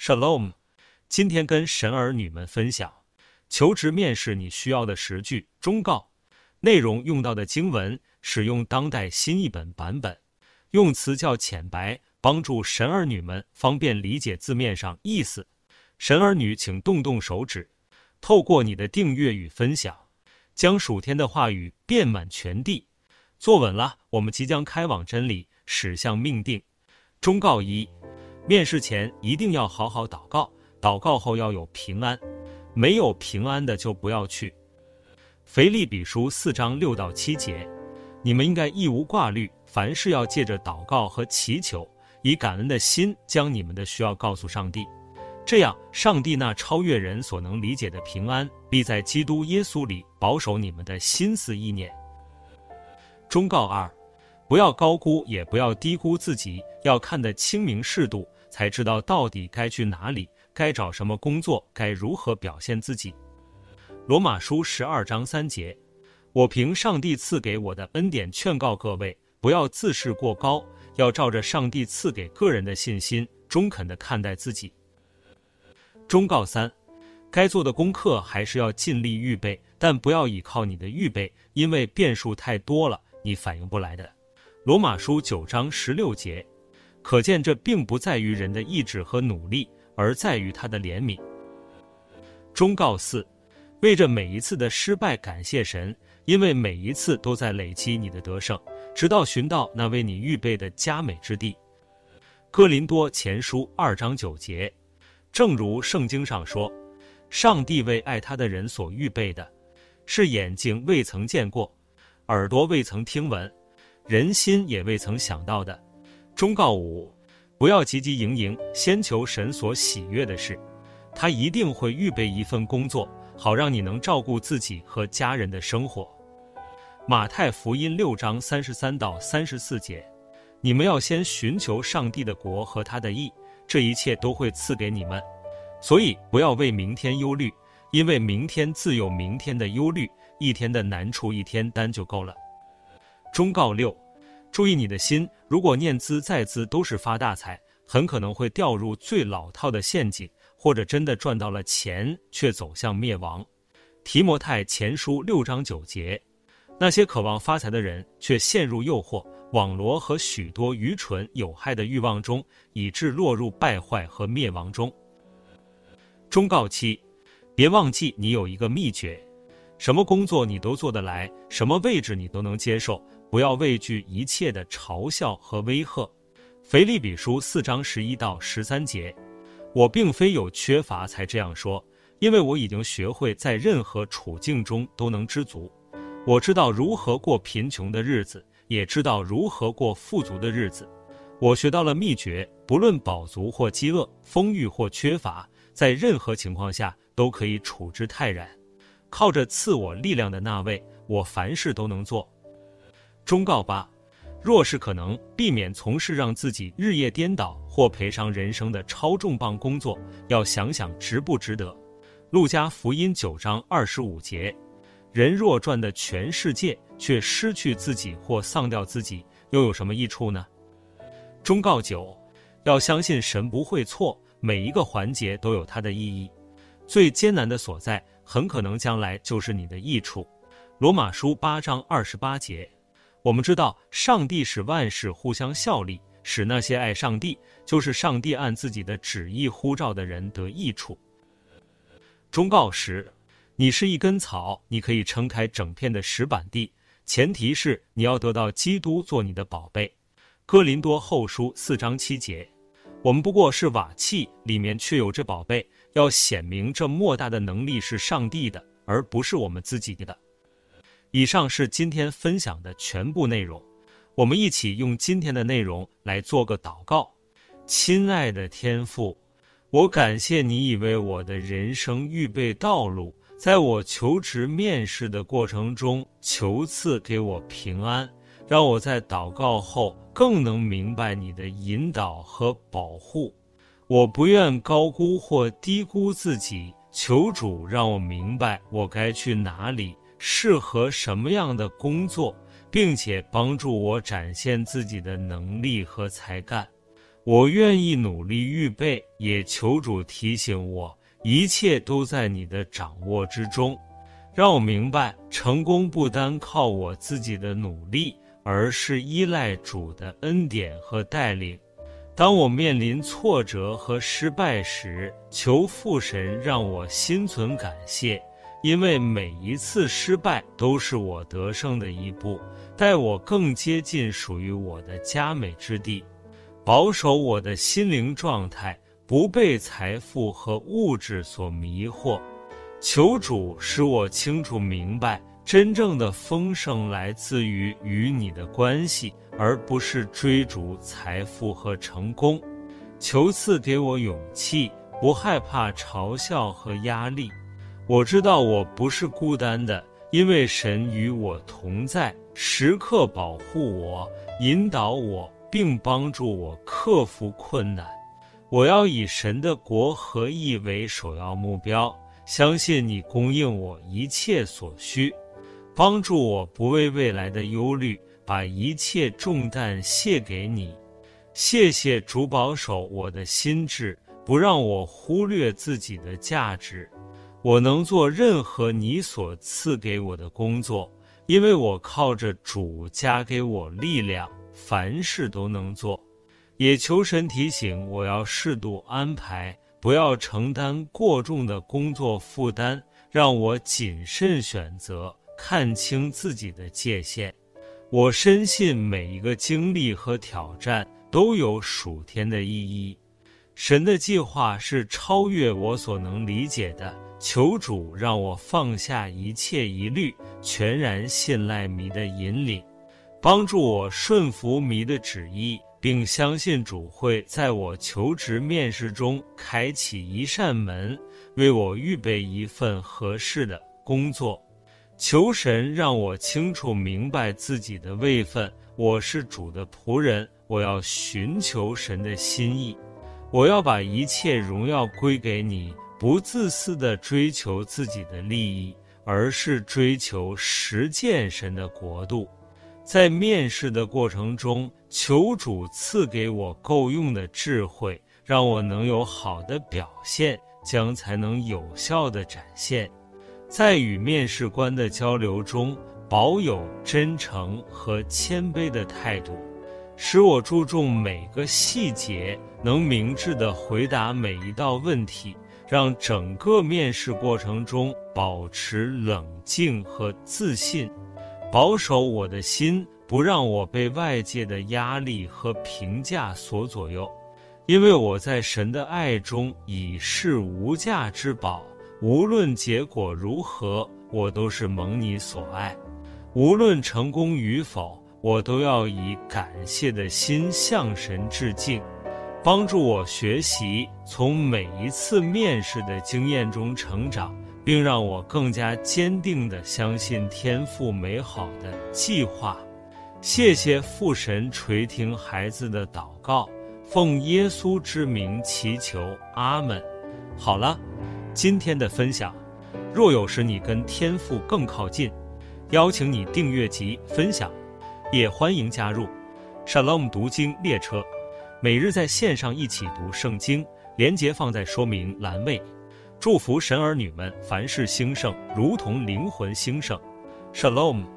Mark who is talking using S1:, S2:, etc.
S1: Shalom， 今天跟神儿女们分享求职面试你需要的10句忠告，内容用到的经文使用当代新译本版本，用词较浅白，帮助神儿女们方便理解字面上意思。神儿女请动动手指，透过你的订阅与分享，将属天的话语遍满全地。坐稳了，我们即将开往真理，驶向命定。忠告1：面试前一定要好好祷告，祷告后要有平安，没有平安的就不要去。腓立比书4章6到7节，你们应该一无挂虑，凡事要借着祷告和祈求，以感恩的心将你们的需要告诉上帝。这样，上帝那超越人所能理解的平安，必在基督耶稣里保守你们的心思意念。忠告2：不要高估也不要低估自己，要看得清明适度，才知道到底该去哪里，该找什么工作，该如何表现自己。罗马书12章3节，我凭上帝赐给我的恩典劝告各位，不要自视过高，要照着上帝赐给个人的信心，中肯地看待自己。忠告3：该做的功课还是要尽力预备，但不要倚靠你的预备，因为变数太多了，你反应不来的。罗马书9章16节，可见这并不在于人的意志和努力，而在于他的怜悯。忠告4：为着每一次的失败感谢神，因为每一次都在累积你的得胜，直到寻到那为你预备的佳美之地。哥林多前书2章9节，正如圣经上说，上帝为爱他的人所预备的，是眼睛未曾见过，耳朵未曾听闻，人心也未曾想到的。忠告5：不要汲汲营营，先求神所喜悦的事，他一定会预备一份工作，好让你能照顾自己和家人的生活。马太福音6章33到34节，你们要先寻求上帝的国和他的义，这一切都会赐给你们。所以不要为明天忧虑，因为明天自有明天的忧虑，一天的难处一天担就够了。忠告6：注意你的心，如果念兹在兹都是发大财，很可能会掉入最老套的陷阱，或者真的赚到了钱，却走向灭亡。提摩太前书6章9节，那些渴望发财的人，却陷入诱惑、网罗和许多愚蠢有害的欲望中，以致落入败坏和灭亡中。忠告7：别忘记你有一个秘诀，什么工作你都做得来，什么位置你都能接受，不要畏惧一切的嘲笑和威吓。腓立比书4章11到13节，我并非有缺乏才这样说，因为我已经学会在任何处境中都能知足。我知道如何过贫穷的日子，也知道如何过富足的日子。我学到了秘诀，不论饱足或饥饿，丰裕或缺乏，在任何情况下都可以处之泰然。靠着赐我力量的那位，我凡事都能做。忠告8：若是可能，避免从事让自己日夜颠倒或赔上人生的超重磅工作，要想想值不值得。路加福音9章25节，人若赚得全世界，却失去自己或丧掉自己，又有什么益处呢？忠告9：要相信神不会错，每一个环节都有它的意义。最艰难的所在，很可能将来就是你的益处。罗马书8章28节，我们知道上帝使万事互相效力，使那些爱上帝，就是上帝按自己的旨意呼召的人得益处。忠告10：你是一根草，你可以撑开整片的石板地，前提是你要得到基督做你的宝贝。哥林多后书4章7节，我们不过是瓦器，里面却有这宝贝，要显明这莫大的能力是上帝的，而不是我们自己的。以上是今天分享的全部内容，我们一起用今天的内容来做个祷告。亲爱的天父，我感谢你已为我的人生预备道路，在我求职面试的过程中，求赐给我平安，让我在祷告后更能明白你的引导和保护。我不愿高估或低估自己，求主让我明白我该去哪里，适合什么样的工作，并且帮助我展现自己的能力和才干。 我愿意努力预备，也求主提醒我，一切都在你的掌握之中，让我明白成功不单靠我自己的努力，而是依赖主的恩典和带领。当我面临挫折和失败时，求父神让我心存感谢，因为每一次失败都是我得胜的一步，带我更接近属于我的佳美之地。保守我的心灵状态，不被财富和物质所迷惑。求主使我清楚明白，真正的丰盛来自于与你的关系，而不是追逐财富和成功。求赐给我勇气，不害怕嘲笑和压力。我知道我不是孤单的，因为神与我同在，时刻保护我，引导我，并帮助我克服困难。我要以神的国和义为首要目标，相信你供应我一切所需，帮助我不为未来的忧虑，把一切重担卸给你。谢谢主保守我的心智，不让我忽略自己的价值。我能做任何你所赐给我的工作，因为我靠着主加给我力量，凡事都能做。也求神提醒我要适度安排，不要承担过重的工作负担，让我谨慎选择，看清自己的界限。我深信每一个经历和挑战都有属天的意义，神的计划是超越我所能理解的。求主让我放下一切疑虑，全然信赖祢的引领，帮助我顺服祢的旨意，并相信主会在我求职面试中开启一扇门，为我预备一份合适的工作。求神让我清楚明白自己的位分，我是主的仆人，我要寻求神的心意，我要把一切荣耀归给你，不自私地追求自己的利益，而是追求实践神的国度。在面试的过程中，求主赐给我够用的智慧，让我能有好的表现，将才能有效地展现。在与面试官的交流中，保有真诚和谦卑的态度，使我注重每个细节，能明智地回答每一道问题，让整个面试过程中保持冷静和自信，保守我的心，不让我被外界的压力和评价所左右，因为我在神的爱中已是无价之宝，无论结果如何，我都是蒙你所爱。无论成功与否，我都要以感谢的心向神致敬。帮助我学习，从每一次面试的经验中成长，并让我更加坚定地相信天父美好的计划。谢谢父神垂听孩子的祷告，奉耶稣之名祈求，阿们。好了，今天的分享，若有使你跟天父更靠近，邀请你订阅及分享，也欢迎加入 Shalom 读经列车，每日在线上一起读圣经，连结放在说明栏位。祝福神儿女们凡事兴盛，如同灵魂兴盛。Shalom。